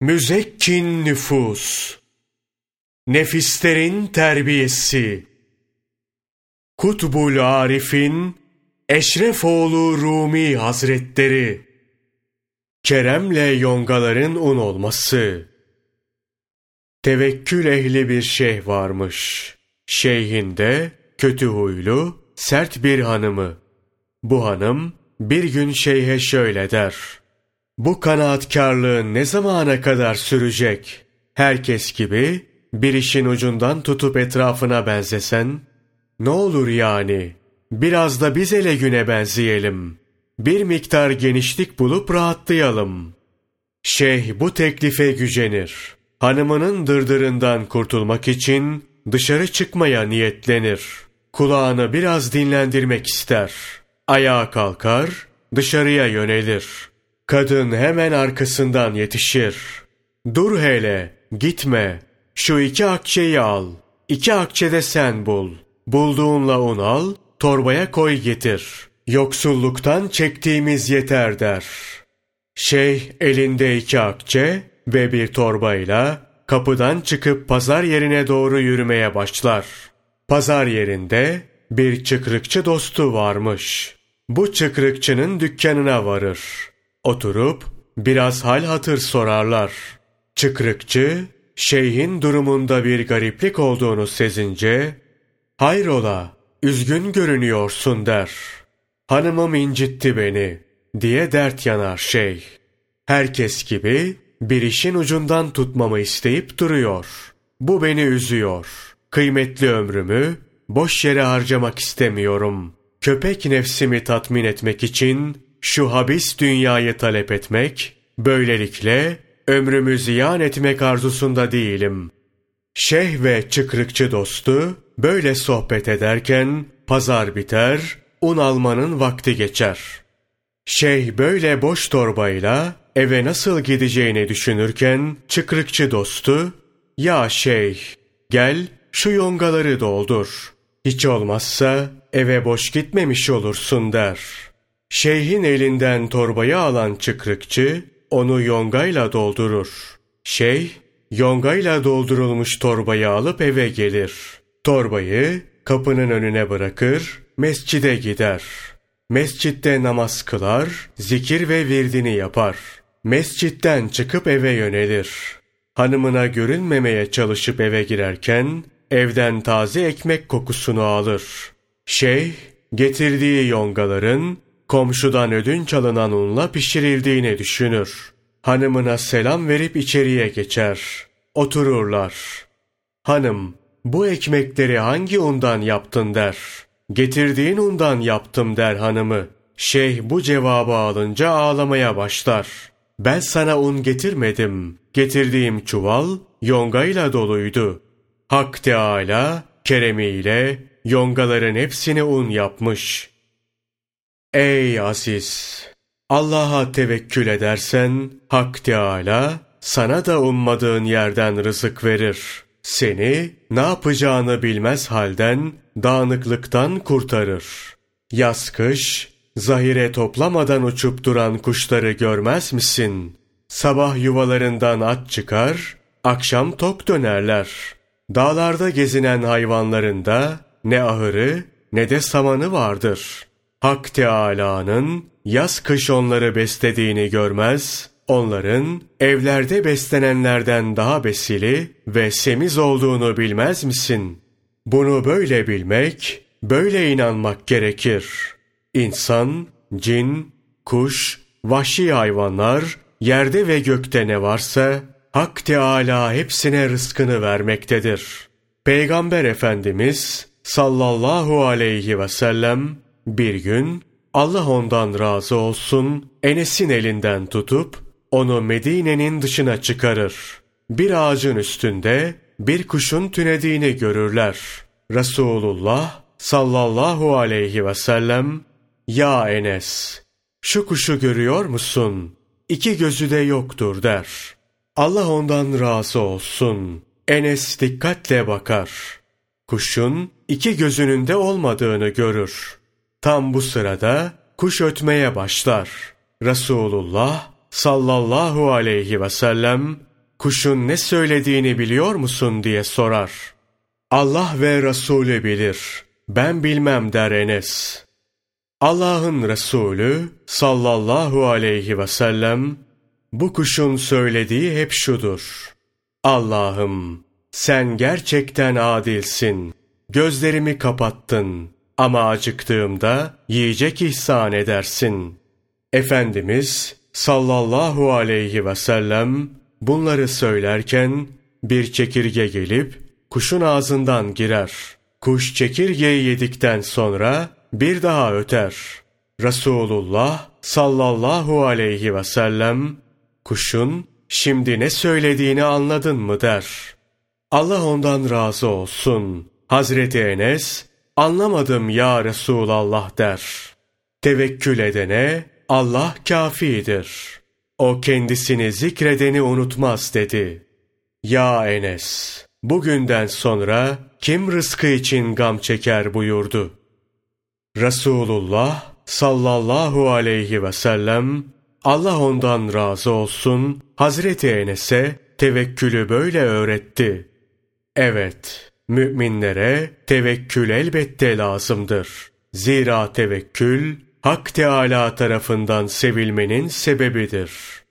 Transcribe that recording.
Müzekkin nüfus, nefislerin terbiyesi, Kutbul Arif'in Eşrefoğlu Rumi Hazretleri, Kerem'le yongaların un olması. Tevekkül ehli bir şeyh varmış. Şeyhin de kötü huylu, sert bir hanımı. Bu hanım bir gün şeyhe şöyle der: bu kanaatkârlığın ne zamana kadar sürecek? Herkes gibi bir işin ucundan tutup etrafına benzesen, ne olur yani? Biraz da biz ele güne benzeyelim. Bir miktar genişlik bulup rahatlayalım. Şeyh bu teklife gücenir. Hanımının dırdırından kurtulmak için dışarı çıkmaya niyetlenir. Kulağını biraz dinlendirmek ister. Ayağa kalkar, dışarıya yönelir. Kadın hemen arkasından yetişir. Dur hele, gitme. Şu 2 akçeyi al. 2 akçe de sen bul. Bulduğunla un al, torbaya koy getir. Yoksulluktan çektiğimiz yeter der. Şeyh elinde 2 akçe ve bir torbayla kapıdan çıkıp pazar yerine doğru yürümeye başlar. Pazar yerinde bir çıkrıkçı dostu varmış. Bu çıkrıkçının dükkanına varır. Oturup biraz hal hatır sorarlar. Çıkrıkçı, şeyhin durumunda bir gariplik olduğunu sezince, hayrola, üzgün görünüyorsun der. Hanımım incitti beni diye dert yanar şeyh. Herkes gibi bir işin ucundan tutmamı isteyip duruyor. Bu beni üzüyor. Kıymetli ömrümü boş yere harcamak istemiyorum. Köpek nefsimi tatmin etmek için şu habis dünyayı talep etmek, böylelikle ömrümü ziyan etmek arzusunda değilim. Şeyh ve çıkrıkçı dostu böyle sohbet ederken pazar biter, un almanın vakti geçer. Şeyh böyle boş torbayla eve nasıl gideceğini düşünürken çıkrıkçı dostu, ya şeyh, gel şu yongaları doldur. Hiç olmazsa eve boş gitmemiş olursun der. Şeyhin elinden torbayı alan çıkrıkçı onu yongayla doldurur. Şeyh yongayla doldurulmuş torbayı alıp eve gelir. Torbayı kapının önüne bırakır, mescide gider. Mescitte namaz kılar, zikir ve virdini yapar. Mescitten çıkıp eve yönelir. Hanımına görünmemeye çalışıp eve girerken evden taze ekmek kokusunu alır. Şeyh getirdiği yongaların komşudan ödünç alınan unla pişirildiğini düşünür. Hanımına selam verip içeriye geçer. Otururlar. Hanım, bu ekmekleri hangi undan yaptın der. Getirdiğin undan yaptım der hanımı. Şeyh bu cevabı alınca ağlamaya başlar. Ben sana un getirmedim. Getirdiğim çuval yongayla doluydu. Hak Teâlâ keremiyle yongaların hepsini un yapmış. Ey aziz! Allah'a tevekkül edersen Hak Teâlâ sana da ummadığın yerden rızık verir. Seni ne yapacağını bilmez halden, dağınıklıktan kurtarır. Yaz kış, zahire toplamadan uçup duran kuşları görmez misin? Sabah yuvalarından at çıkar, akşam tok dönerler. Dağlarda gezinen hayvanların da ne ahırı ne de samanı vardır. Hak Teâlâ'nın yaz kış onları beslediğini görmez, onların evlerde beslenenlerden daha besili ve semiz olduğunu bilmez misin? Bunu böyle bilmek, böyle inanmak gerekir. İnsan, cin, kuş, vahşi hayvanlar, yerde ve gökte ne varsa Hak Teâlâ hepsine rızkını vermektedir. Peygamber Efendimiz sallallahu aleyhi ve sellem bir gün Allah ondan razı olsun Enes'in elinden tutup onu Medine'nin dışına çıkarır. Bir ağacın üstünde bir kuşun tünediğini görürler. Resulullah sallallahu aleyhi ve sellem, ya Enes, şu kuşu görüyor musun? 2 gözü de yoktur der. Allah ondan razı olsun. Enes dikkatle bakar. Kuşun 2 gözünün de olmadığını görür. Tam bu sırada kuş ötmeye başlar. Resulullah sallallahu aleyhi ve sellem, kuşun ne söylediğini biliyor musun diye sorar. Allah ve Resulü bilir, ben bilmem der Enes. Allah'ın Resulü sallallahu aleyhi ve sellem bu kuşun söylediği hep şudur: Allah'ım sen gerçekten adilsin. Gözlerimi kapattın ama acıktığımda yiyecek ihsan edersin. Efendimiz sallallahu aleyhi ve sellem bunları söylerken bir çekirge gelip kuşun ağzından girer. Kuş çekirgeyi yedikten sonra bir daha öter. Resulullah sallallahu aleyhi ve sellem kuşun şimdi ne söylediğini anladın mı der. Allah ondan razı olsun. Hazreti Enes anlamadım ya Resulallah der. Tevekkül edene Allah kâfidir. O kendisini zikredeni unutmaz dedi. Ya Enes, bugünden sonra kim rızkı için gam çeker buyurdu. Resulullah sallallahu aleyhi ve sellem Allah ondan razı olsun Hazreti Enes'e tevekkülü böyle öğretti. Evet, müminlere tevekkül elbette lazımdır. Zira tevekkül Hak Teâlâ tarafından sevilmenin sebebidir.